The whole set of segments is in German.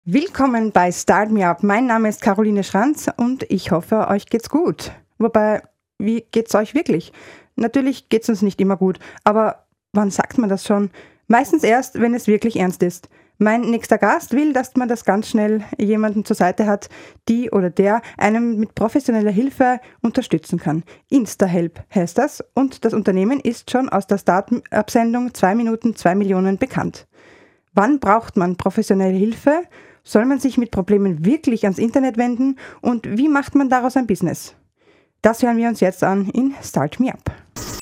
Willkommen bei Start Me Up. Mein Name ist Caroline Schranz und ich hoffe, euch geht's gut. Wobei, wie geht's euch wirklich? Natürlich geht's uns nicht immer gut, aber wann sagt man das schon? Meistens erst, wenn es wirklich ernst ist. Mein nächster Gast will, dass man das ganz schnell jemanden zur Seite hat, die oder der einem mit professioneller Hilfe unterstützen kann. InstaHelp heißt das und das Unternehmen ist schon aus der Start-Up-Sendung 2 Minuten 2 Millionen bekannt. Wann braucht man professionelle Hilfe? Soll man sich mit Problemen wirklich ans Internet wenden? Und wie macht man daraus ein Business? Das hören wir uns jetzt an in Start Me Up.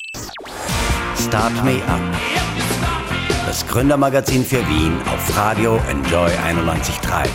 Start Me Up. Das Gründermagazin für Wien auf Radio Enjoy 91.3.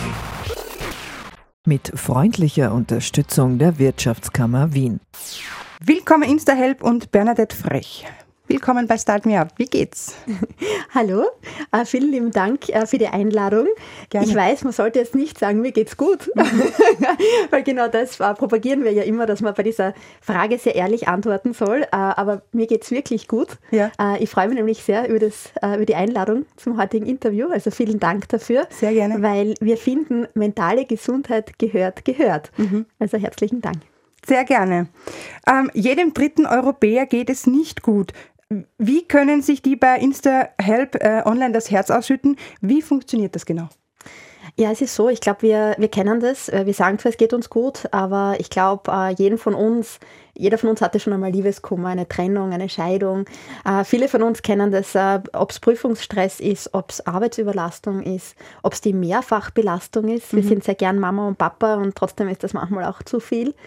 Mit freundlicher Unterstützung der Wirtschaftskammer Wien. Willkommen InstaHelp und Bernadette Frech. Willkommen bei Start Me Up. Wie geht's? Hallo, vielen lieben Dank für die Einladung. Gerne. Ich weiß, man sollte jetzt nicht sagen, mir geht's gut, weil genau das propagieren wir ja immer, dass man bei dieser Frage sehr ehrlich antworten soll, aber mir geht's wirklich gut. Ja. Ich freue mich nämlich sehr über die Einladung zum heutigen Interview, also vielen Dank dafür. Sehr gerne. Weil wir finden, mentale Gesundheit gehört. Also herzlichen Dank. Sehr gerne. Jedem dritten Europäer geht es nicht gut. Wie können sich die bei InstaHelp online das Herz ausschütten? Wie funktioniert das genau? Ja, es ist so, ich glaube, wir kennen das. Wir sagen zwar, es geht uns gut, aber ich glaube, jeder von uns hatte schon einmal Liebeskummer, eine Trennung, eine Scheidung. Viele von uns kennen das, ob es Prüfungsstress ist, ob es Arbeitsüberlastung ist, ob es die Mehrfachbelastung ist. Wir sind sehr gern Mama und Papa und trotzdem ist das manchmal auch zu viel.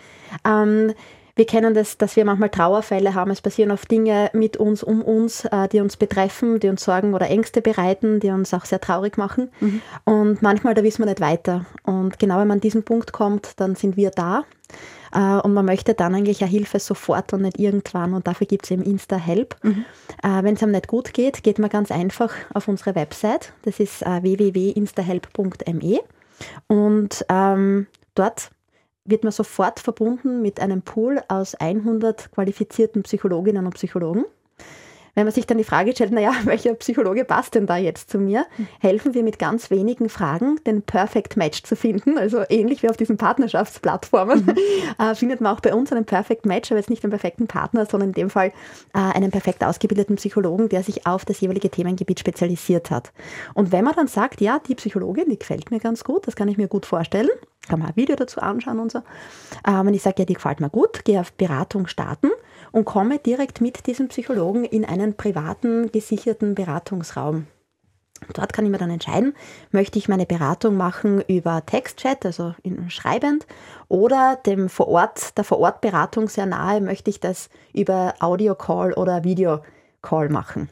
Wir kennen das, dass wir manchmal Trauerfälle haben. Es passieren oft Dinge mit uns, um uns, die uns betreffen, die uns Sorgen oder Ängste bereiten, die uns auch sehr traurig machen. Und manchmal, da wissen wir nicht weiter. Und genau wenn man an diesen Punkt kommt, dann sind wir da. Und man möchte dann eigentlich eine Hilfe sofort und nicht irgendwann. Und dafür gibt es eben InstaHelp. Wenn es einem nicht gut geht, geht man ganz einfach auf unsere Website. Das ist www.instahelp.me. Und dort wird man sofort verbunden mit einem Pool aus 100 qualifizierten Psychologinnen und Psychologen. Wenn man sich dann die Frage stellt, welcher Psychologe passt denn da jetzt zu mir, helfen wir mit ganz wenigen Fragen, den Perfect Match zu finden. Also ähnlich wie auf diesen Partnerschaftsplattformen findet man auch bei uns einen Perfect Match, aber jetzt nicht einen perfekten Partner, sondern in dem Fall einen perfekt ausgebildeten Psychologen, der sich auf das jeweilige Themengebiet spezialisiert hat. Und wenn man dann sagt, ja, die Psychologin, die gefällt mir ganz gut, das kann ich mir gut vorstellen, kann man ein Video dazu anschauen und so. Wenn ich sage, ja, die gefällt mir gut, gehe auf Beratung starten und komme direkt mit diesem Psychologen in einen privaten, gesicherten Beratungsraum. Dort kann ich mir dann entscheiden, möchte ich meine Beratung machen über Textchat, also schreibend, oder der Vor-Ort-Beratung sehr nahe, möchte ich das über Audio-Call oder Video-Call machen.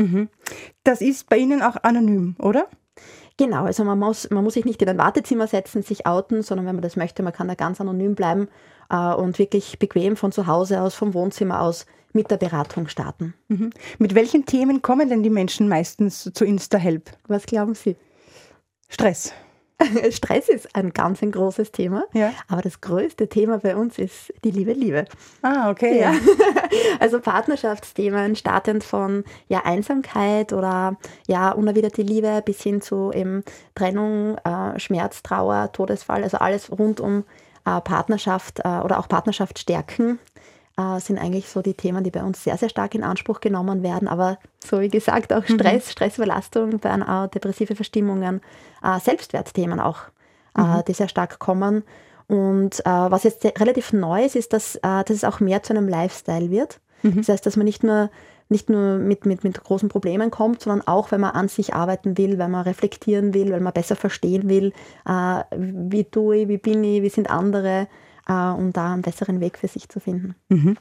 Das ist bei Ihnen auch anonym, oder? Genau, also man muss sich nicht in ein Wartezimmer setzen, sich outen, sondern wenn man das möchte, man kann da ganz anonym bleiben und wirklich bequem von zu Hause aus, vom Wohnzimmer aus mit der Beratung starten. Mit welchen Themen kommen denn die Menschen meistens zu InstaHelp? Was glauben Sie? Stress. Stress ist ein ganz großes Thema, ja. Aber das größte Thema bei uns ist die Liebe. Ah, okay. Ja. Also Partnerschaftsthemen, startend von Einsamkeit oder unerwiderte Liebe bis hin zu eben Trennung, Schmerz, Trauer, Todesfall, also alles rund um Partnerschaft oder auch Partnerschaft stärken. Sind eigentlich so die Themen, die bei uns sehr, sehr stark in Anspruch genommen werden. Aber so wie gesagt, auch Stress, Stressüberlastung, Burnout, depressive Verstimmungen, Selbstwertthemen auch, die sehr stark kommen. Und was jetzt relativ neu ist, dass es auch mehr zu einem Lifestyle wird. Das heißt, dass man nicht nur mit großen Problemen kommt, sondern auch, wenn man an sich arbeiten will, wenn man reflektieren will, wenn man besser verstehen will, wie tue ich, wie bin ich, wie sind andere, um da einen besseren Weg für sich zu finden.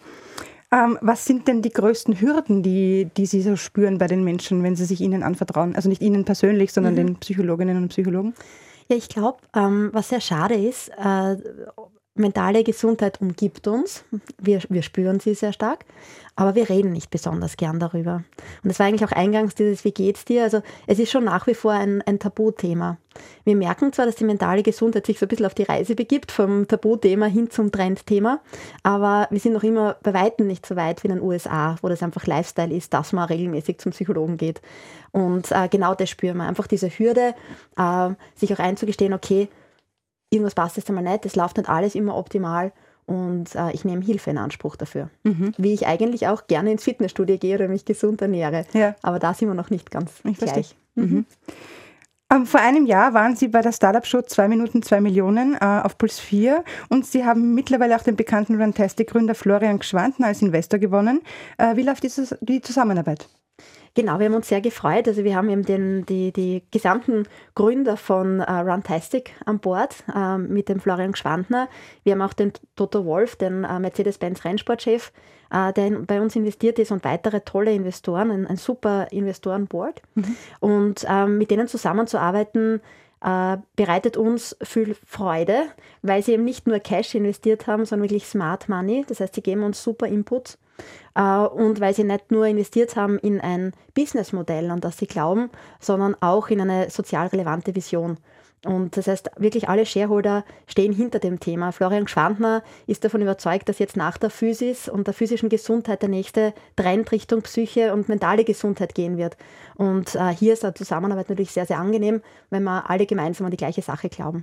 Was sind denn die größten Hürden, die Sie so spüren bei den Menschen, wenn sie sich Ihnen anvertrauen? Also nicht Ihnen persönlich, sondern den Psychologinnen und Psychologen? Ja, ich glaube, was sehr schade ist, mentale Gesundheit umgibt uns. Wir spüren sie sehr stark, aber wir reden nicht besonders gern darüber. Und das war eigentlich auch eingangs dieses Wie geht's dir? Also es ist schon nach wie vor ein Tabuthema. Wir merken zwar, dass die mentale Gesundheit sich so ein bisschen auf die Reise begibt, vom Tabuthema hin zum Trendthema, aber wir sind noch immer bei Weitem nicht so weit wie in den USA, wo das einfach Lifestyle ist, dass man regelmäßig zum Psychologen geht. Und genau das spüren wir. Einfach diese Hürde, sich auch einzugestehen, okay, irgendwas passt jetzt einmal nicht, es läuft nicht alles immer optimal und ich nehme Hilfe in Anspruch dafür. Wie ich eigentlich auch gerne ins Fitnessstudio gehe oder mich gesund ernähre. Ja. Aber da sind wir noch nicht ganz gleich. Vor einem Jahr waren Sie bei der Startup-Show 2 Minuten 2 Millionen auf Puls 4 und Sie haben mittlerweile auch den bekannten Runtastic-Gründer Florian Gschwandtner als Investor gewonnen. Wie läuft die Zusammenarbeit? Genau, wir haben uns sehr gefreut. Also wir haben eben die gesamten Gründer von Runtastic an Bord mit dem Florian Gschwandtner. Wir haben auch den Toto Wolff, den Mercedes-Benz Rennsportchef, der bei uns investiert ist und weitere tolle Investoren, ein super Investorenboard. Und mit denen zusammenzuarbeiten, bereitet uns viel Freude, weil sie eben nicht nur Cash investiert haben, sondern wirklich Smart Money. Das heißt, sie geben uns super Inputs. Und weil sie nicht nur investiert haben in ein Businessmodell, an das sie glauben, sondern auch in eine sozial relevante Vision. Und das heißt, wirklich alle Shareholder stehen hinter dem Thema. Florian Gschwandtner ist davon überzeugt, dass jetzt nach der Physis und der physischen Gesundheit der nächste Trend Richtung Psyche und mentale Gesundheit gehen wird. Und hier ist die Zusammenarbeit natürlich sehr, sehr angenehm, wenn wir alle gemeinsam an die gleiche Sache glauben.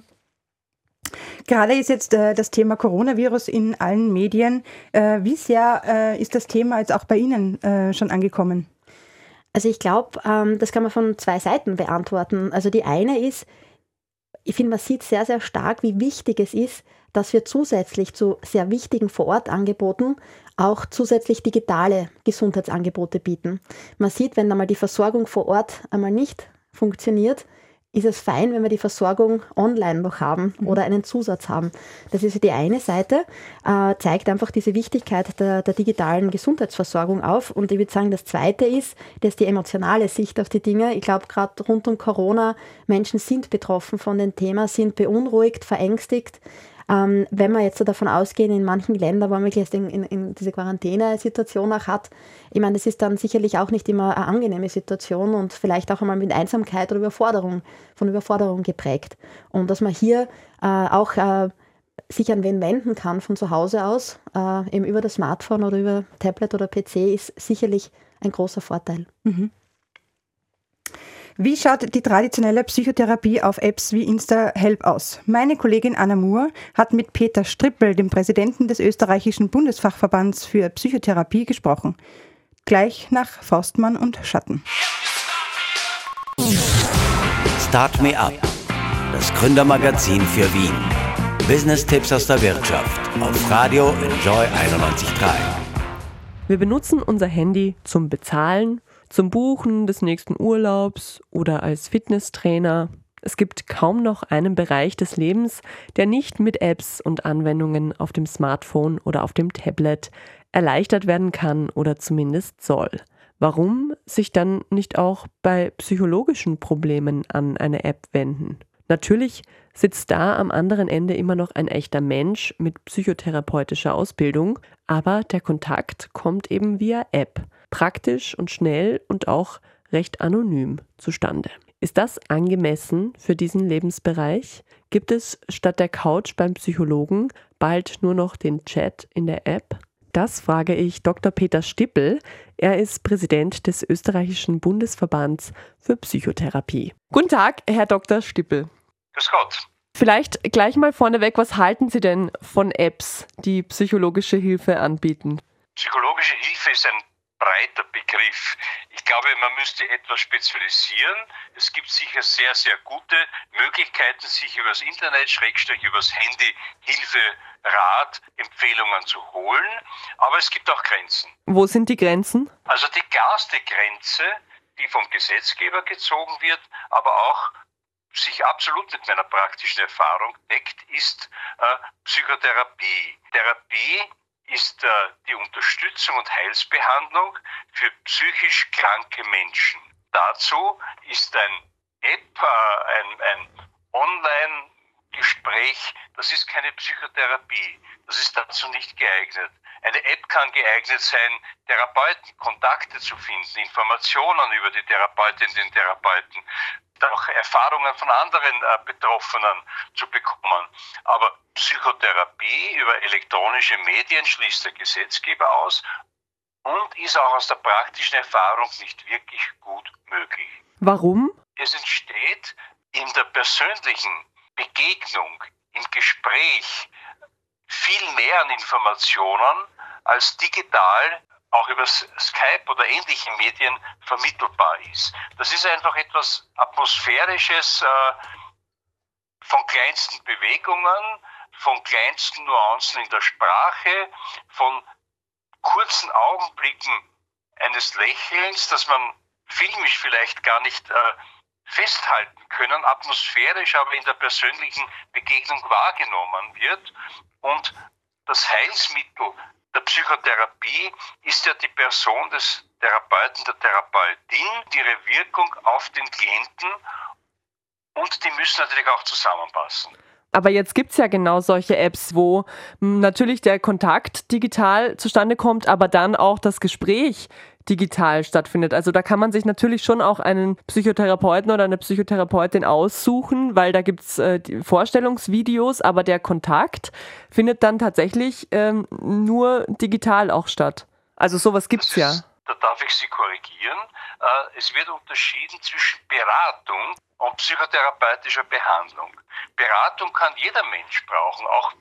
Gerade ist jetzt das Thema Coronavirus in allen Medien. Wie sehr ist das Thema jetzt auch bei Ihnen schon angekommen? Also ich glaube, das kann man von 2 Seiten beantworten. Also die eine ist, ich finde, man sieht sehr, sehr stark, wie wichtig es ist, dass wir zusätzlich zu sehr wichtigen Vorortangeboten auch zusätzlich digitale Gesundheitsangebote bieten. Man sieht, wenn einmal die Versorgung vor Ort einmal nicht funktioniert, ist es fein, wenn wir die Versorgung online noch haben oder einen Zusatz haben. Das ist die eine Seite, zeigt einfach diese Wichtigkeit der digitalen Gesundheitsversorgung auf. Und ich würde sagen, das zweite ist die emotionale Sicht auf die Dinge. Ich glaube, gerade rund um Corona, Menschen sind betroffen von dem Thema, sind beunruhigt, verängstigt. Wenn wir jetzt so davon ausgehen, in manchen Ländern, wo man wirklich in diese Quarantänesituation auch hat, ich meine, das ist dann sicherlich auch nicht immer eine angenehme Situation und vielleicht auch einmal mit Einsamkeit oder von Überforderung geprägt. Und dass man hier auch sich an wen wenden kann von zu Hause aus, eben über das Smartphone oder über Tablet oder PC, ist sicherlich ein großer Vorteil. Wie schaut die traditionelle Psychotherapie auf Apps wie InstaHelp aus? Meine Kollegin Anna Moore hat mit Peter Strippel, dem Präsidenten des österreichischen Bundesfachverbands für Psychotherapie, gesprochen. Gleich nach Faustmann und Schatten. Start Me Up, das Gründermagazin für Wien. Business-Tipps aus der Wirtschaft auf Radio Enjoy 91.3. Wir benutzen unser Handy zum Bezahlen, zum Buchen des nächsten Urlaubs oder als Fitnesstrainer. Es gibt kaum noch einen Bereich des Lebens, der nicht mit Apps und Anwendungen auf dem Smartphone oder auf dem Tablet erleichtert werden kann oder zumindest soll. Warum sich dann nicht auch bei psychologischen Problemen an eine App wenden? Natürlich sitzt da am anderen Ende immer noch ein echter Mensch mit psychotherapeutischer Ausbildung, aber der Kontakt kommt eben via App. Praktisch und schnell und auch recht anonym zustande. Ist das angemessen für diesen Lebensbereich? Gibt es statt der Couch beim Psychologen bald nur noch den Chat in der App? Das frage ich Dr. Peter Strippel. Er ist Präsident des österreichischen Bundesverbands für Psychotherapie. Guten Tag, Herr Dr. Strippel. Grüß Gott. Vielleicht gleich mal vorneweg, was halten Sie denn von Apps, die psychologische Hilfe anbieten? Psychologische Hilfe ist ein breiter Begriff. Ich glaube, man müsste etwas spezialisieren. Es gibt sicher sehr, sehr gute Möglichkeiten, sich übers Internet, übers Handy Hilfe, Rat, Empfehlungen zu holen. Aber es gibt auch Grenzen. Wo sind die Grenzen? Also die klarste Grenze, die vom Gesetzgeber gezogen wird, aber auch sich absolut mit meiner praktischen Erfahrung deckt, ist Psychotherapie. Therapie ist die Unterstützung und Heilsbehandlung für psychisch kranke Menschen. Dazu ist ein App, ein Online-Gespräch, das ist keine Psychotherapie. Das ist dazu nicht geeignet. Eine App kann geeignet sein, Therapeutenkontakte zu finden, Informationen über die Therapeutin, den Therapeuten, auch Erfahrungen von anderen Betroffenen zu bekommen. Aber Psychotherapie über elektronische Medien schließt der Gesetzgeber aus und ist auch aus der praktischen Erfahrung nicht wirklich gut möglich. Warum? Es entsteht in der persönlichen Begegnung, im Gespräch viel mehr an Informationen als digital auch über Skype oder ähnliche Medien vermittelbar ist. Das ist einfach etwas Atmosphärisches von kleinsten Bewegungen, von kleinsten Nuancen in der Sprache, von kurzen Augenblicken eines Lächelns, das man filmisch vielleicht gar nicht festhalten können, atmosphärisch aber in der persönlichen Begegnung wahrgenommen wird. Und das Heilsmittel der Psychotherapie ist ja die Person des Therapeuten, der Therapeutin, ihre Wirkung auf den Klienten, und die müssen natürlich auch zusammenpassen. Aber jetzt gibt es ja genau solche Apps, wo natürlich der Kontakt digital zustande kommt, aber dann auch das Gespräch digital stattfindet. Also da kann man sich natürlich schon auch einen Psychotherapeuten oder eine Psychotherapeutin aussuchen, weil da gibt es Vorstellungsvideos, aber der Kontakt findet dann tatsächlich nur digital auch statt. Also sowas gibt es ja. Da darf ich Sie korrigieren. Es wird unterschieden zwischen Beratung und psychotherapeutischer Behandlung. Beratung kann jeder Mensch brauchen, auch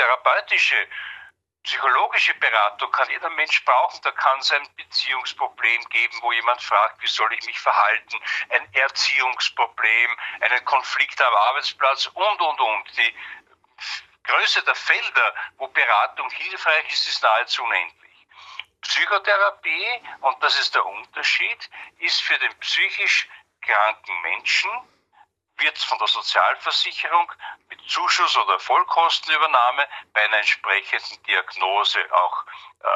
psychologische Beratung kann jeder Mensch brauchen. Da kann es ein Beziehungsproblem geben, wo jemand fragt, wie soll ich mich verhalten, ein Erziehungsproblem, einen Konflikt am Arbeitsplatz und. Die Größe der Felder, wo Beratung hilfreich ist, ist nahezu unendlich. Psychotherapie, und das ist der Unterschied, ist für den psychisch kranken Menschen, wird von der Sozialversicherung mit Zuschuss oder Vollkostenübernahme bei einer entsprechenden Diagnose auch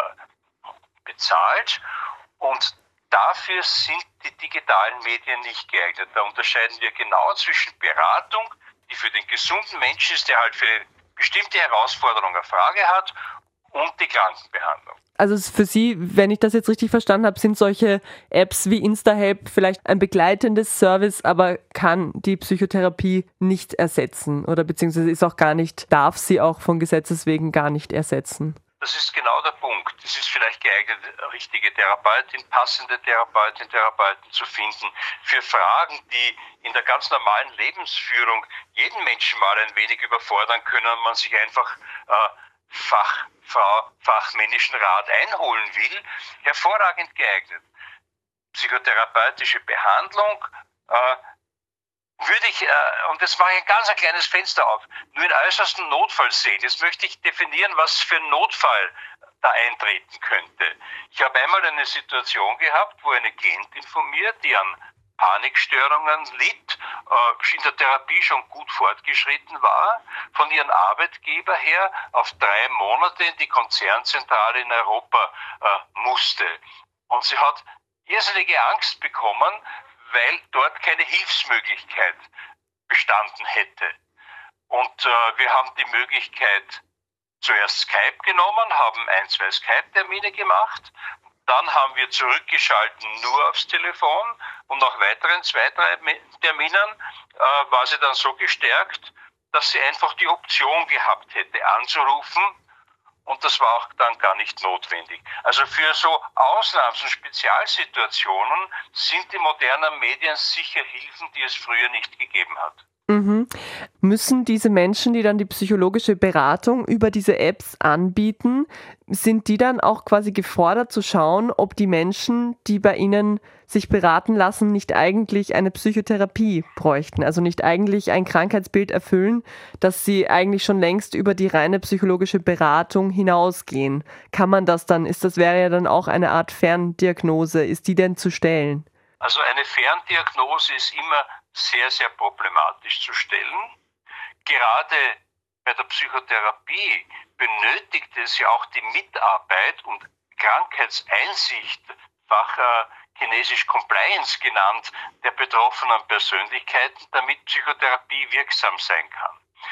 bezahlt, und dafür sind die digitalen Medien nicht geeignet. Da unterscheiden wir genau zwischen Beratung, die für den gesunden Menschen ist, der halt für eine bestimmte Herausforderung eine Frage hat, und die Krankenbehandlung. Also für Sie, wenn ich das jetzt richtig verstanden habe, sind solche Apps wie InstaHelp vielleicht ein begleitendes Service, aber kann die Psychotherapie nicht ersetzen oder beziehungsweise darf sie auch von Gesetzes wegen gar nicht ersetzen. Das ist genau der Punkt. Es ist vielleicht geeignet, richtige Therapeutin, passende Therapeuten zu finden für Fragen, die in der ganz normalen Lebensführung jeden Menschen mal ein wenig überfordern können und man sich einfach fachmännischen Rat einholen will, hervorragend geeignet. Psychotherapeutische Behandlung würde ich, und jetzt mache ich ein ganz kleines Fenster auf, nur in äußersten Notfall sehen. Jetzt möchte ich definieren, was für ein Notfall da eintreten könnte. Ich habe einmal eine Situation gehabt, wo eine Klientin von mir, die an Panikstörungen litt, in der Therapie schon gut fortgeschritten war, von ihrem Arbeitgeber her auf 3 Monate in die Konzernzentrale in Europa musste. Und sie hat irrsinnige Angst bekommen, weil dort keine Hilfsmöglichkeit bestanden hätte. Und wir haben die Möglichkeit zuerst Skype genommen, haben 1-2 Skype-Termine gemacht. Dann haben wir zurückgeschalten nur aufs Telefon, und nach weiteren 2-3 Terminen war sie dann so gestärkt, dass sie einfach die Option gehabt hätte, anzurufen, und das war auch dann gar nicht notwendig. Also für so Ausnahms- und Spezialsituationen sind die modernen Medien sicher Hilfen, die es früher nicht gegeben hat. Mhm. Müssen diese Menschen, die dann die psychologische Beratung über diese Apps anbieten, sind die dann auch quasi gefordert zu schauen, ob die Menschen, die bei ihnen sich beraten lassen, nicht eigentlich eine Psychotherapie bräuchten, also nicht eigentlich ein Krankheitsbild erfüllen, dass sie eigentlich schon längst über die reine psychologische Beratung hinausgehen? Kann man das dann, wäre ja dann auch eine Art Ferndiagnose, ist die denn zu stellen? Also eine Ferndiagnose ist immer sehr, sehr problematisch zu stellen. Gerade bei der Psychotherapie benötigt es ja auch die Mitarbeit und Krankheitseinsicht, fachchinesisch Compliance genannt, der betroffenen Persönlichkeiten, damit Psychotherapie wirksam sein kann.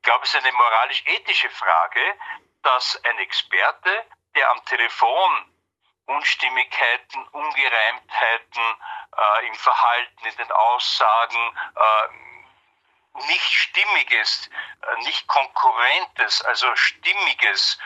glaube, es ist eine moralisch-ethische Frage, dass ein Experte, der am Telefon Unstimmigkeiten, Ungereimtheiten im Verhalten, in den Aussagen, nicht Stimmiges, nicht Konkurrentes, also Stimmiges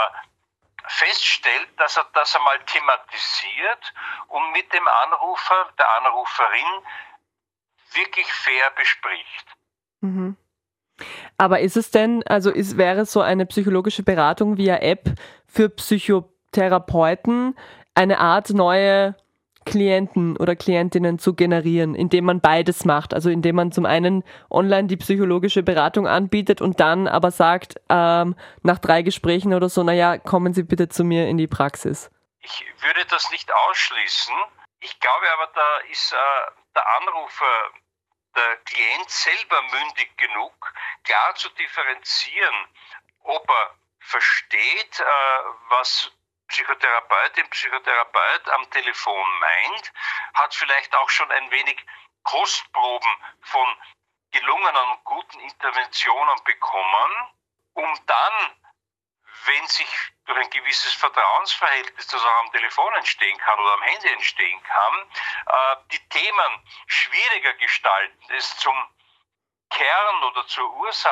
feststellt, dass er das einmal thematisiert und mit dem Anrufer, der Anruferin wirklich fair bespricht. Mhm. Aber ist es denn, also wäre so eine psychologische Beratung via App für Psychotherapeuten eine Art, neue Klienten oder Klientinnen zu generieren, indem man beides macht, also indem man zum einen online die psychologische Beratung anbietet und dann aber sagt, nach 3 Gesprächen oder so, naja, kommen Sie bitte zu mir in die Praxis? Ich würde das nicht ausschließen. Ich glaube aber, da ist der Anrufer, der Klient selber mündig genug, klar zu differenzieren, ob er versteht, was Psychotherapeutin, Psychotherapeut am Telefon meint, hat vielleicht auch schon ein wenig Kostproben von gelungenen und guten Interventionen bekommen, um dann, wenn sich durch ein gewisses Vertrauensverhältnis, das auch am Telefon entstehen kann oder am Handy entstehen kann, die Themen schwieriger gestalten, es zum Kern oder zur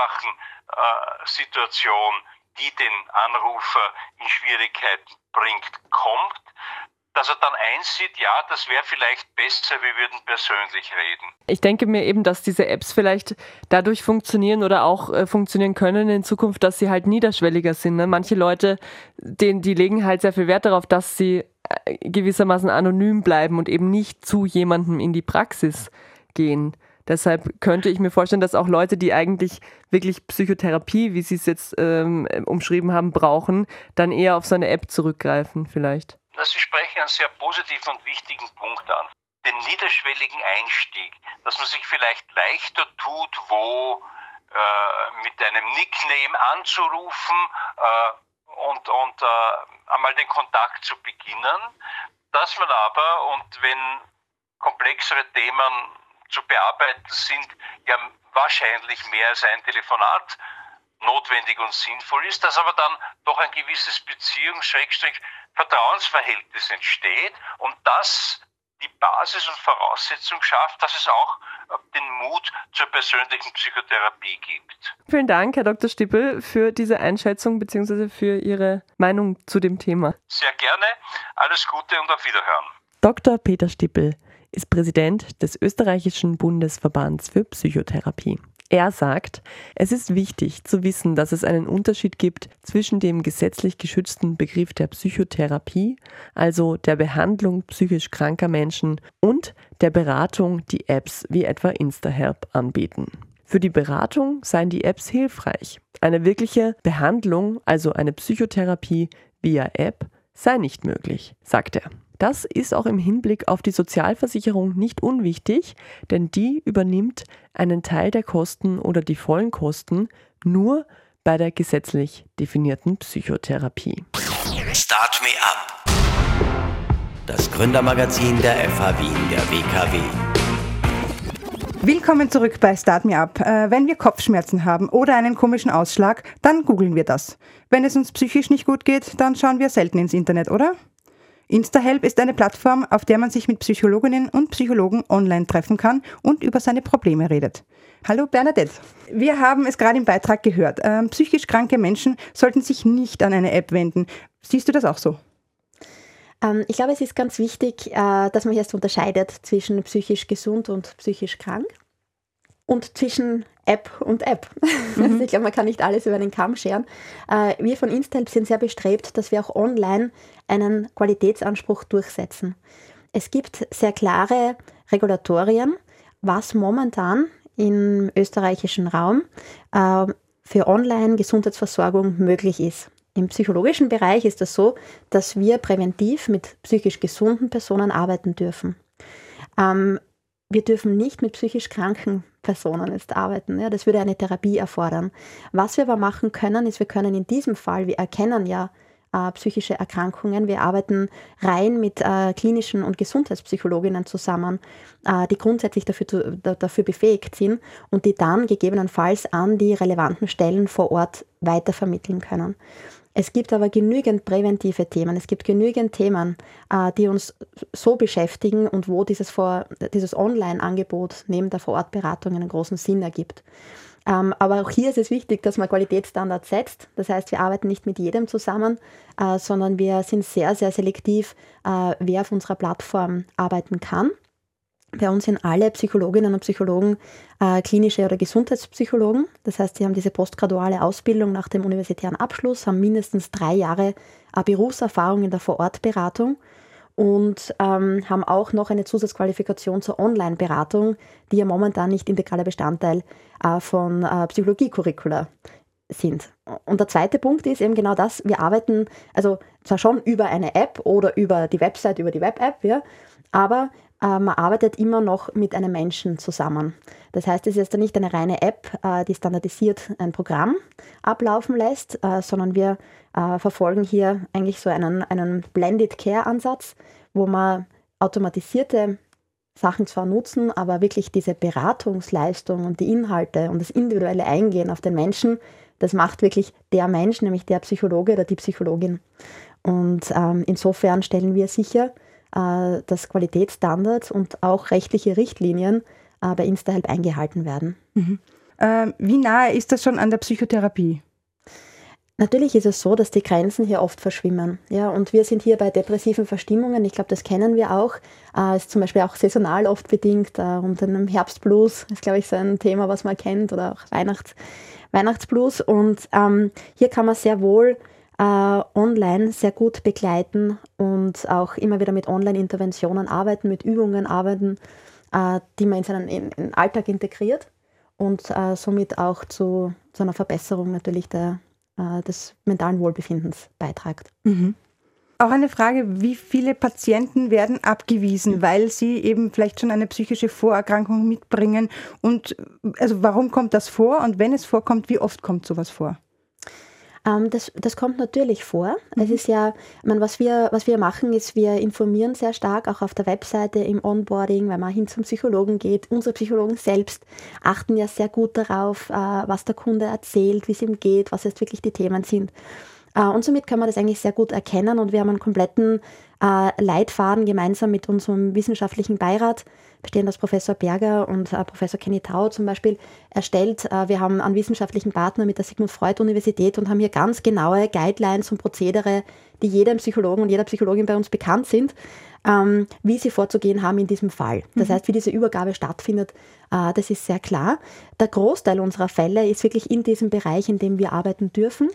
Ursachensituation, die den Anrufer in Schwierigkeiten bringt, kommt, dass er dann einsieht, ja, das wäre vielleicht besser, wir würden persönlich reden. Ich denke mir eben, dass diese Apps vielleicht dadurch funktionieren oder auch funktionieren können in Zukunft, dass sie halt niederschwelliger sind. Ne? Manche Leute, die legen halt sehr viel Wert darauf, dass sie gewissermaßen anonym bleiben und eben nicht zu jemandem in die Praxis gehen. Deshalb könnte ich mir vorstellen, dass auch Leute, die eigentlich wirklich Psychotherapie, wie Sie es jetzt umschrieben haben, brauchen, dann eher auf so eine App zurückgreifen vielleicht. Sie sprechen einen sehr positiven und wichtigen Punkt an. Den niederschwelligen Einstieg, dass man sich vielleicht leichter tut, wo mit einem Nickname anzurufen und einmal den Kontakt zu beginnen, dass man aber, und wenn komplexere Themen zu bearbeiten sind, ja wahrscheinlich mehr als ein Telefonat notwendig und sinnvoll ist, dass aber dann doch ein gewisses Vertrauensverhältnis entsteht und das die Basis und Voraussetzung schafft, dass es auch den Mut zur persönlichen Psychotherapie gibt. Vielen Dank, Herr Dr. Stippel, für diese Einschätzung bzw. für Ihre Meinung zu dem Thema. Sehr gerne, alles Gute und auf Wiederhören. Dr. Peter Stippel ist Präsident des Österreichischen Bundesverbands für Psychotherapie. Er sagt, es ist wichtig zu wissen, dass es einen Unterschied gibt zwischen dem gesetzlich geschützten Begriff der Psychotherapie, also der Behandlung psychisch kranker Menschen, und der Beratung, die Apps wie etwa InstaHelp anbieten. Für die Beratung seien die Apps hilfreich. Eine wirkliche Behandlung, also eine Psychotherapie via App, sei nicht möglich, sagt er. Das ist auch im Hinblick auf die Sozialversicherung nicht unwichtig, denn die übernimmt einen Teil der Kosten oder die vollen Kosten nur bei der gesetzlich definierten Psychotherapie. Start Me Up. Das Gründermagazin der FH Wien, der WKW. Willkommen zurück bei Start Me Up. Wenn wir Kopfschmerzen haben oder einen komischen Ausschlag, dann googeln wir das. Wenn es uns psychisch nicht gut geht, dann schauen wir selten ins Internet, oder? InstaHelp ist eine Plattform, auf der man sich mit Psychologinnen und Psychologen online treffen kann und über seine Probleme redet. Hallo Bernadette. Wir haben es gerade im Beitrag gehört. Psychisch kranke Menschen sollten sich nicht an eine App wenden. Siehst du das auch so? Ich glaube, es ist ganz wichtig, dass man jetzt unterscheidet zwischen psychisch gesund und psychisch krank und zwischen App und App. Also ich glaube, man kann nicht alles über einen Kamm scheren. Wir von InstaHelp sind sehr bestrebt, dass wir auch online einen Qualitätsanspruch durchsetzen. Es gibt sehr klare Regulatorien, was momentan im österreichischen Raum für Online-Gesundheitsversorgung möglich ist. Im psychologischen Bereich ist es so, dass wir präventiv mit psychisch gesunden Personen arbeiten dürfen. Wir dürfen nicht mit psychisch kranken Personen jetzt arbeiten. Ja, das würde eine Therapie erfordern. Was wir aber machen können, ist, wir können in diesem Fall, wir erkennen ja psychische Erkrankungen. Wir arbeiten rein mit klinischen und Gesundheitspsychologinnen zusammen, die grundsätzlich dafür befähigt sind und die dann gegebenenfalls an die relevanten Stellen vor Ort weitervermitteln können. Es gibt aber genügend präventive Themen, es gibt genügend Themen, die uns so beschäftigen und wo dieses Online-Angebot neben der Vorortberatung einen großen Sinn ergibt. Aber auch hier ist es wichtig, dass man Qualitätsstandards setzt. Das heißt, wir arbeiten nicht mit jedem zusammen, sondern wir sind sehr, sehr selektiv, wer auf unserer Plattform arbeiten kann. Bei uns sind alle Psychologinnen und Psychologen klinische oder Gesundheitspsychologen. Das heißt, sie haben diese postgraduale Ausbildung nach dem universitären Abschluss, haben mindestens 3 Jahre Berufserfahrung in der Vorortberatung und haben auch noch eine Zusatzqualifikation zur Online-Beratung, die ja momentan nicht integraler Bestandteil von Psychologie-Curricula sind. Und der zweite Punkt ist eben genau das, wir arbeiten also zwar schon über eine App oder über die Website, über die Web-App, ja, aber man arbeitet immer noch mit einem Menschen zusammen. Das heißt, es ist jetzt nicht eine reine App, die standardisiert ein Programm ablaufen lässt, sondern wir verfolgen hier eigentlich so einen Blended Care-Ansatz, wo man automatisierte Sachen zwar nutzen, aber wirklich diese Beratungsleistung und die Inhalte und das individuelle Eingehen auf den Menschen, das macht wirklich der Mensch, nämlich der Psychologe oder die Psychologin. Und insofern stellen wir sicher, dass Qualitätsstandards und auch rechtliche Richtlinien bei InstaHelp eingehalten werden. Mhm. Wie nahe ist das schon an der Psychotherapie? Natürlich ist es so, dass die Grenzen hier oft verschwimmen. Ja, und wir sind hier bei depressiven Verstimmungen. Ich glaube, das kennen wir auch. Ist zum Beispiel auch saisonal oft bedingt. Und einem Herbstblues ist, glaube ich, so ein Thema, was man kennt. Oder auch Weihnachtsblues. Und hier kann man sehr wohl online sehr gut begleiten und auch immer wieder mit Online-Interventionen arbeiten, mit Übungen arbeiten, die man in seinen Alltag integriert und somit auch zu einer Verbesserung natürlich des mentalen Wohlbefindens beiträgt. Mhm. Auch eine Frage, wie viele Patienten werden abgewiesen, weil sie eben vielleicht schon eine psychische Vorerkrankung mitbringen und also warum kommt das vor und wenn es vorkommt, wie oft kommt sowas vor? Das kommt natürlich vor. Es ist ja, was wir machen, ist, wir informieren sehr stark, auch auf der Webseite im Onboarding, wenn man hin zum Psychologen geht. Unsere Psychologen selbst achten ja sehr gut darauf, was der Kunde erzählt, wie es ihm geht, was jetzt wirklich die Themen sind. Und somit kann man das eigentlich sehr gut erkennen und wir haben einen kompletten Leitfaden gemeinsam mit unserem wissenschaftlichen Beirat, bestehend aus Professor Berger und Professor Kenny Tau zum Beispiel, erstellt. Wir haben einen wissenschaftlichen Partner mit der Sigmund Freud Universität und haben hier ganz genaue Guidelines und Prozedere, die jedem Psychologen und jeder Psychologin bei uns bekannt sind, wie sie vorzugehen haben in diesem Fall. Das heißt, wie diese Übergabe stattfindet, das ist sehr klar. Der Großteil unserer Fälle ist wirklich in diesem Bereich, in dem wir arbeiten dürfen.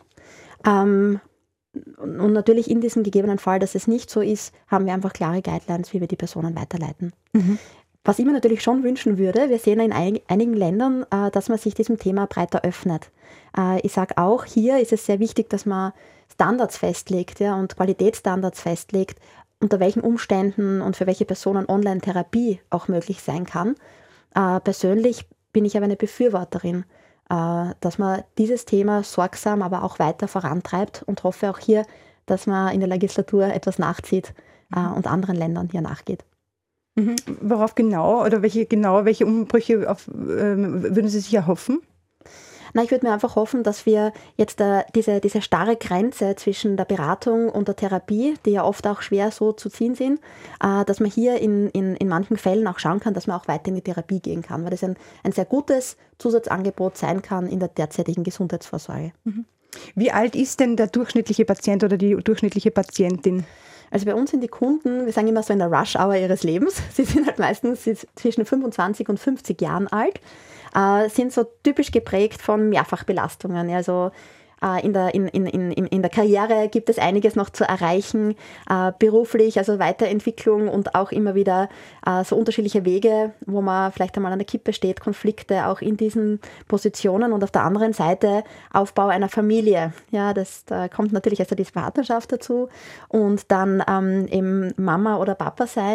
Und natürlich in diesem gegebenen Fall, dass es nicht so ist, haben wir einfach klare Guidelines, wie wir die Personen weiterleiten. Mhm. Was ich mir natürlich schon wünschen würde, wir sehen in einigen Ländern, dass man sich diesem Thema breiter öffnet. Ich sage auch, hier ist es sehr wichtig, dass man Standards festlegt, ja, und Qualitätsstandards festlegt, unter welchen Umständen und für welche Personen Online-Therapie auch möglich sein kann. Persönlich bin ich aber eine Befürworterin, dass man dieses Thema sorgsam, aber auch weiter vorantreibt und hoffe auch hier, dass man in der Legislatur etwas nachzieht und anderen Ländern hier nachgeht. Mhm. Worauf genau oder welche Umbrüche würden Sie sich erhoffen? Na, ich würde mir einfach hoffen, dass wir jetzt diese starre Grenze zwischen der Beratung und der Therapie, die ja oft auch schwer so zu ziehen sind, dass man hier in manchen Fällen auch schauen kann, dass man auch weiter in die Therapie gehen kann, weil das ein sehr gutes Zusatzangebot sein kann in der derzeitigen Gesundheitsvorsorge. Mhm. Wie alt ist denn der durchschnittliche Patient oder die durchschnittliche Patientin? Also bei uns sind die Kunden, wir sagen immer so in der Rush-Hour ihres Lebens, sie sind halt meistens zwischen 25 und 50 Jahren alt, sind so typisch geprägt von Mehrfachbelastungen. Also in der Karriere gibt es einiges noch zu erreichen, beruflich, also Weiterentwicklung und auch immer wieder so unterschiedliche Wege, wo man vielleicht einmal an der Kippe steht, Konflikte auch in diesen Positionen und auf der anderen Seite Aufbau einer Familie. Ja, da kommt natürlich also diese Partnerschaft dazu und dann eben Mama oder Papa sein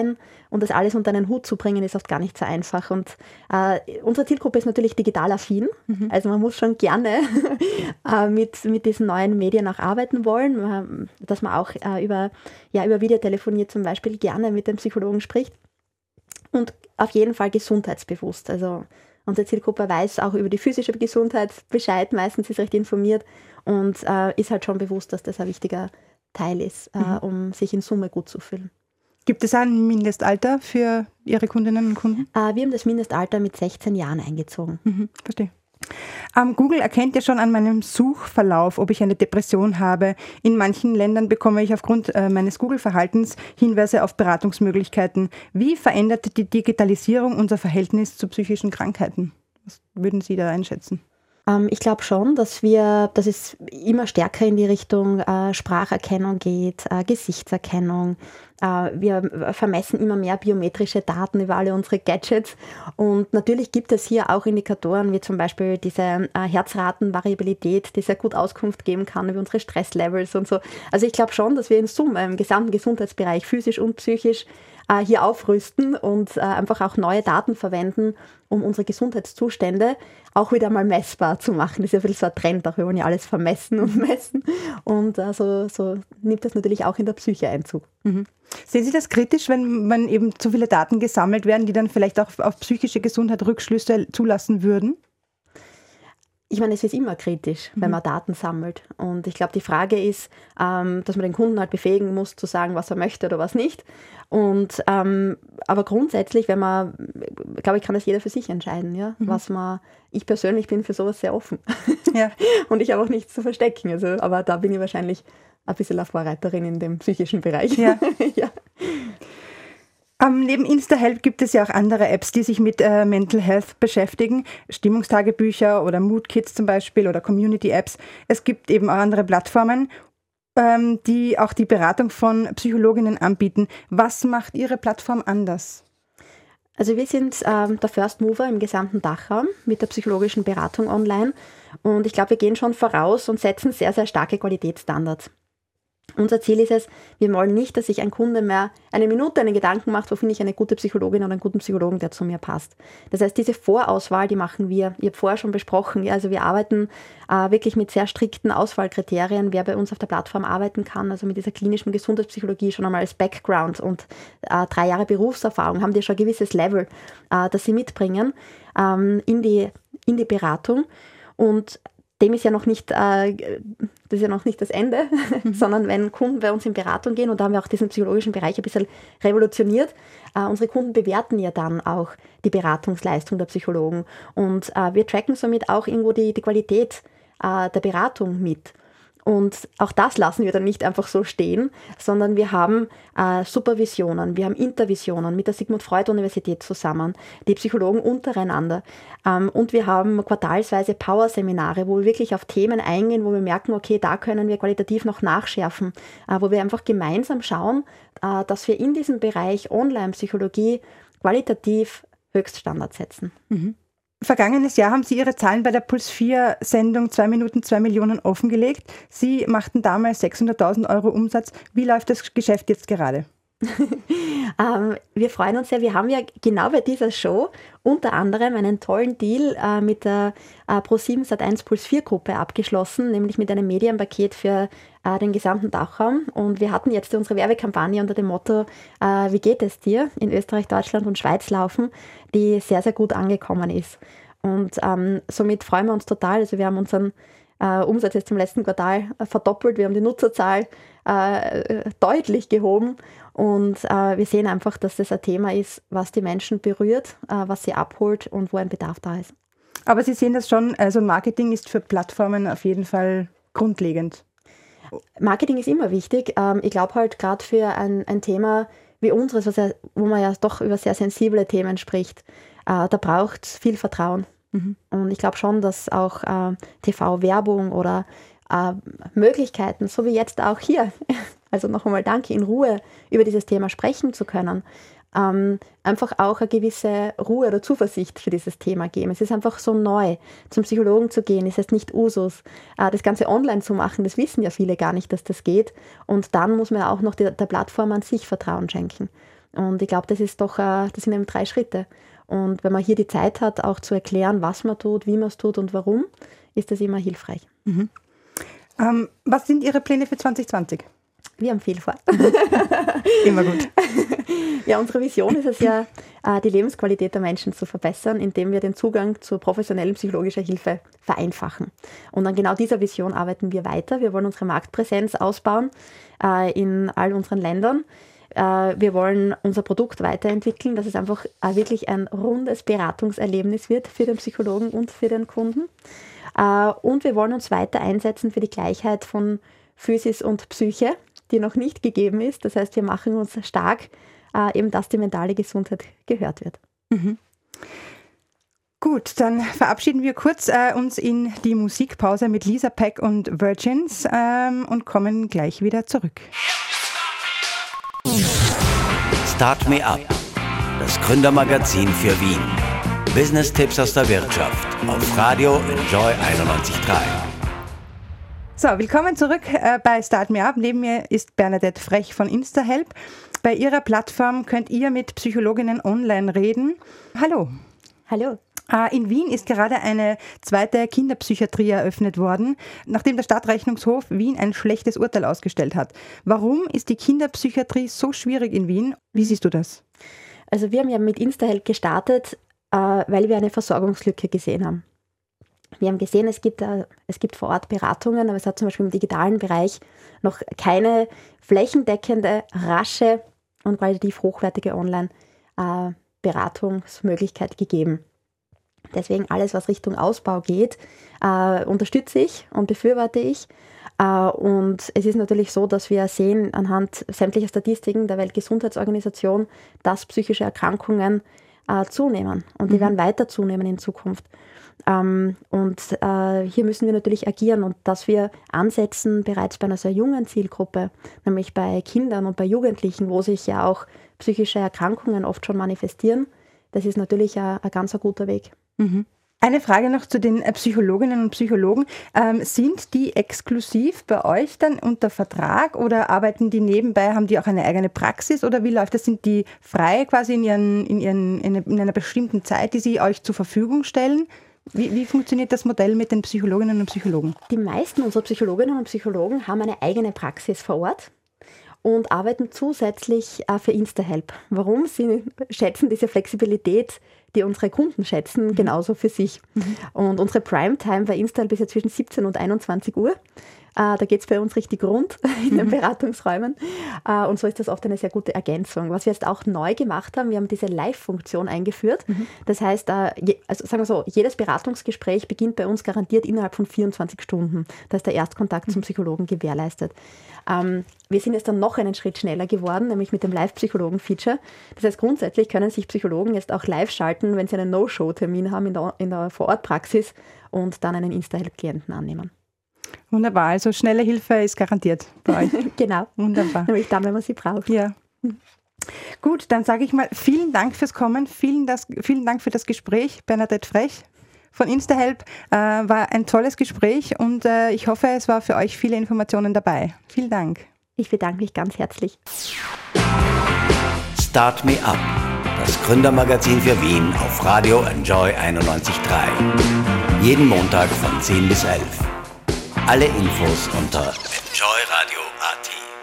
Und das alles unter einen Hut zu bringen, ist oft gar nicht so einfach. Und unsere Zielgruppe ist natürlich digital affin. Also man muss schon gerne mit diesen neuen Medien auch arbeiten wollen, dass man auch über Videotelefonie zum Beispiel gerne mit dem Psychologen spricht. Und auf jeden Fall gesundheitsbewusst. Also unsere Zielgruppe weiß auch über die physische Gesundheit Bescheid, meistens ist recht informiert und ist halt schon bewusst, dass das ein wichtiger Teil ist, um sich in Summe gut zu fühlen. Gibt es ein Mindestalter für Ihre Kundinnen und Kunden? Wir haben das Mindestalter mit 16 Jahren eingezogen. Verstehe. Google erkennt ja schon an meinem Suchverlauf, ob ich eine Depression habe. In manchen Ländern bekomme ich aufgrund meines Google-Verhaltens Hinweise auf Beratungsmöglichkeiten. Wie verändert die Digitalisierung unser Verhältnis zu psychischen Krankheiten? Was würden Sie da einschätzen? Ich glaube schon, dass es immer stärker in die Richtung Spracherkennung geht, Gesichtserkennung. Wir vermessen immer mehr biometrische Daten über alle unsere Gadgets. Und natürlich gibt es hier auch Indikatoren, wie zum Beispiel diese Herzratenvariabilität, die sehr gut Auskunft geben kann über unsere Stresslevels und so. Also ich glaube schon, dass wir in Summe im gesamten Gesundheitsbereich, physisch und psychisch, hier aufrüsten und einfach auch neue Daten verwenden, um unsere Gesundheitszustände auch wieder mal messbar zu machen. Das ist ja viel so ein Trend, auch wir wollen ja alles vermessen und messen. Und so nimmt das natürlich auch in der Psyche Einzug. Sehen Sie das kritisch, wenn eben zu viele Daten gesammelt werden, die dann vielleicht auch auf psychische Gesundheit Rückschlüsse zulassen würden? Ich meine, es ist immer kritisch, wenn man Daten sammelt. Und ich glaube, die Frage ist, dass man den Kunden halt befähigen muss, zu sagen, was er möchte oder was nicht. Und aber grundsätzlich, glaube ich, kann das jeder für sich entscheiden, ja. Ich persönlich bin für sowas sehr offen. Ja. Und ich habe auch nichts zu verstecken. Also, aber da bin ich wahrscheinlich ein bisschen eine Vorreiterin in dem psychischen Bereich. Ja. Ja. Neben InstaHelp gibt es ja auch andere Apps, die sich mit Mental Health beschäftigen. Stimmungstagebücher oder Mood Kits zum Beispiel oder Community-Apps. Es gibt eben auch andere Plattformen, die auch die Beratung von Psychologinnen anbieten. Was macht Ihre Plattform anders? Also wir sind der First Mover im gesamten Dachraum mit der psychologischen Beratung online. Und ich glaube, wir gehen schon voraus und setzen sehr, sehr starke Qualitätsstandards. Unser Ziel ist es, wir wollen nicht, dass sich ein Kunde mehr eine Minute einen Gedanken macht, wo finde ich eine gute Psychologin oder einen guten Psychologen, der zu mir passt. Das heißt, diese Vorauswahl, die machen wir. Ich habe vorher schon besprochen, ja, also wir arbeiten wirklich mit sehr strikten Auswahlkriterien, wer bei uns auf der Plattform arbeiten kann, also mit dieser klinischen Gesundheitspsychologie schon einmal als Background und 3 Jahre Berufserfahrung, haben die schon ein gewisses Level, das sie mitbringen in die Beratung. Und dem ist ja noch nicht, das ist ja noch nicht das Ende, sondern wenn Kunden bei uns in Beratung gehen, und da haben wir auch diesen psychologischen Bereich ein bisschen revolutioniert, unsere Kunden bewerten ja dann auch die Beratungsleistung der Psychologen und wir tracken somit auch irgendwo die Qualität der Beratung mit. Und auch das lassen wir dann nicht einfach so stehen, sondern wir haben Supervisionen, wir haben Intervisionen mit der Sigmund Freud Universität zusammen, die Psychologen untereinander. Und wir haben quartalsweise Power-Seminare, wo wir wirklich auf Themen eingehen, wo wir merken, okay, da können wir qualitativ noch nachschärfen, wo wir einfach gemeinsam schauen, dass wir in diesem Bereich Online-Psychologie qualitativ Höchststandards setzen. Vergangenes Jahr haben Sie Ihre Zahlen bei der Puls4-Sendung 2 Minuten 2 Millionen offengelegt. Sie machten damals 600.000 € Umsatz. Wie läuft das Geschäft jetzt gerade? Wir freuen uns sehr. Wir haben ja genau bei dieser Show unter anderem einen tollen Deal mit der Pro7 Sat.1 Puls4-Gruppe abgeschlossen, nämlich mit einem Medienpaket für den gesamten Dachraum. Und wir hatten jetzt unsere Werbekampagne unter dem Motto Wie geht es dir? In Österreich, Deutschland und Schweiz laufen, die sehr, sehr gut angekommen ist. Und somit freuen wir uns total. Also wir haben unseren Umsatz jetzt im letzten Quartal verdoppelt. Wir haben die Nutzerzahl deutlich gehoben. Und wir sehen einfach, dass das ein Thema ist, was die Menschen berührt, was sie abholt und wo ein Bedarf da ist. Aber Sie sehen das schon, also Marketing ist für Plattformen auf jeden Fall grundlegend. Marketing ist immer wichtig. Ich glaube halt gerade für ein Thema wie unseres, wo man ja doch über sehr sensible Themen spricht, da braucht es viel Vertrauen. Und ich glaube schon, dass auch TV-Werbung oder Möglichkeiten, so wie jetzt auch hier, also noch einmal danke, in Ruhe über dieses Thema sprechen zu können, einfach auch eine gewisse Ruhe oder Zuversicht für dieses Thema geben. Es ist einfach so neu, zum Psychologen zu gehen, ist es nicht Usus. Das Ganze online zu machen, das wissen ja viele gar nicht, dass das geht. Und dann muss man auch noch der Plattform an sich Vertrauen schenken. Und ich glaube, das sind eben 3 Schritte. Und wenn man hier die Zeit hat, auch zu erklären, was man tut, wie man es tut und warum, ist das immer hilfreich. Mhm. Was sind Ihre Pläne für 2020? Wir haben viel vor. Immer gut. Ja, unsere Vision ist es ja, die Lebensqualität der Menschen zu verbessern, indem wir den Zugang zu professionellen psychologischer Hilfe vereinfachen. Und an genau dieser Vision arbeiten wir weiter. Wir wollen unsere Marktpräsenz ausbauen in all unseren Ländern. Wir wollen unser Produkt weiterentwickeln, dass es einfach wirklich ein rundes Beratungserlebnis wird für den Psychologen und für den Kunden. Und wir wollen uns weiter einsetzen für die Gleichheit von Physis und Psyche, die noch nicht gegeben ist. Das heißt, wir machen uns stark, eben dass die mentale Gesundheit gehört wird. Mhm. Gut, dann verabschieden wir kurz uns in die Musikpause mit Lisa Peck und Virgins und kommen gleich wieder zurück. Start Me Up, das Gründermagazin für Wien. Business-Tipps aus der Wirtschaft auf Radio Enjoy 91.3. So, willkommen zurück bei Start Me Up. Neben mir ist Bernadette Frech von InstaHelp. Bei ihrer Plattform könnt ihr mit Psychologinnen online reden. Hallo. Hallo. In Wien ist gerade eine zweite Kinderpsychiatrie eröffnet worden, nachdem der Stadtrechnungshof Wien ein schlechtes Urteil ausgestellt hat. Warum ist die Kinderpsychiatrie so schwierig in Wien? Wie siehst du das? Also wir haben ja mit InstaHelp gestartet, weil wir eine Versorgungslücke gesehen haben. Wir haben gesehen, es gibt vor Ort Beratungen, aber es hat zum Beispiel im digitalen Bereich noch keine flächendeckende, rasche und qualitativ hochwertige Online-Beratungsmöglichkeit gegeben. Deswegen alles, was Richtung Ausbau geht, unterstütze ich und befürworte ich. Und es ist natürlich so, dass wir sehen anhand sämtlicher Statistiken der Weltgesundheitsorganisation, dass psychische Erkrankungen zunehmen. Und die werden weiter zunehmen in Zukunft. Und hier müssen wir natürlich agieren und dass wir ansetzen bereits bei einer sehr jungen Zielgruppe, nämlich bei Kindern und bei Jugendlichen, wo sich ja auch psychische Erkrankungen oft schon manifestieren. Das ist natürlich ein ganz guter Weg. Mhm. Eine Frage noch zu den Psychologinnen und Psychologen. Sind die exklusiv bei euch dann unter Vertrag oder arbeiten die nebenbei, haben die auch eine eigene Praxis oder wie läuft das? Sind die frei quasi in einer bestimmten Zeit, die sie euch zur Verfügung stellen? Wie funktioniert das Modell mit den Psychologinnen und Psychologen? Die meisten unserer Psychologinnen und Psychologen haben eine eigene Praxis vor Ort und arbeiten zusätzlich für InstaHelp. Warum? Sie schätzen diese Flexibilität, die unsere Kunden schätzen, genauso für sich. Und unsere Primetime bei InstaHelp ist ja zwischen 17 und 21 Uhr. Da geht es bei uns richtig rund in den Beratungsräumen. Und so ist das oft eine sehr gute Ergänzung. Was wir jetzt auch neu gemacht haben, wir haben diese Live-Funktion eingeführt. Das heißt, also sagen wir so, jedes Beratungsgespräch beginnt bei uns garantiert innerhalb von 24 Stunden. Da ist der Erstkontakt zum Psychologen gewährleistet. Wir sind jetzt dann noch einen Schritt schneller geworden, nämlich mit dem Live-Psychologen-Feature. Das heißt, grundsätzlich können sich Psychologen jetzt auch live schalten, wenn sie einen No-Show-Termin haben in der Vor-Ort-Praxis und dann einen InstaHelp-Klienten annehmen. Wunderbar, also schnelle Hilfe ist garantiert bei euch. Genau. Wunderbar. Nämlich dann, wenn man sie braucht. Ja. Gut, dann sage ich mal vielen Dank fürs Kommen, vielen Dank für das Gespräch, Bernadette Frech von InstaHelp. War ein tolles Gespräch und ich hoffe, es war für euch viele Informationen dabei. Vielen Dank. Ich bedanke mich ganz herzlich. Start Me Up, das Gründermagazin für Wien auf Radio Enjoy 91.3. Jeden Montag von 10 bis 11. Alle Infos unter enjoyradio.at.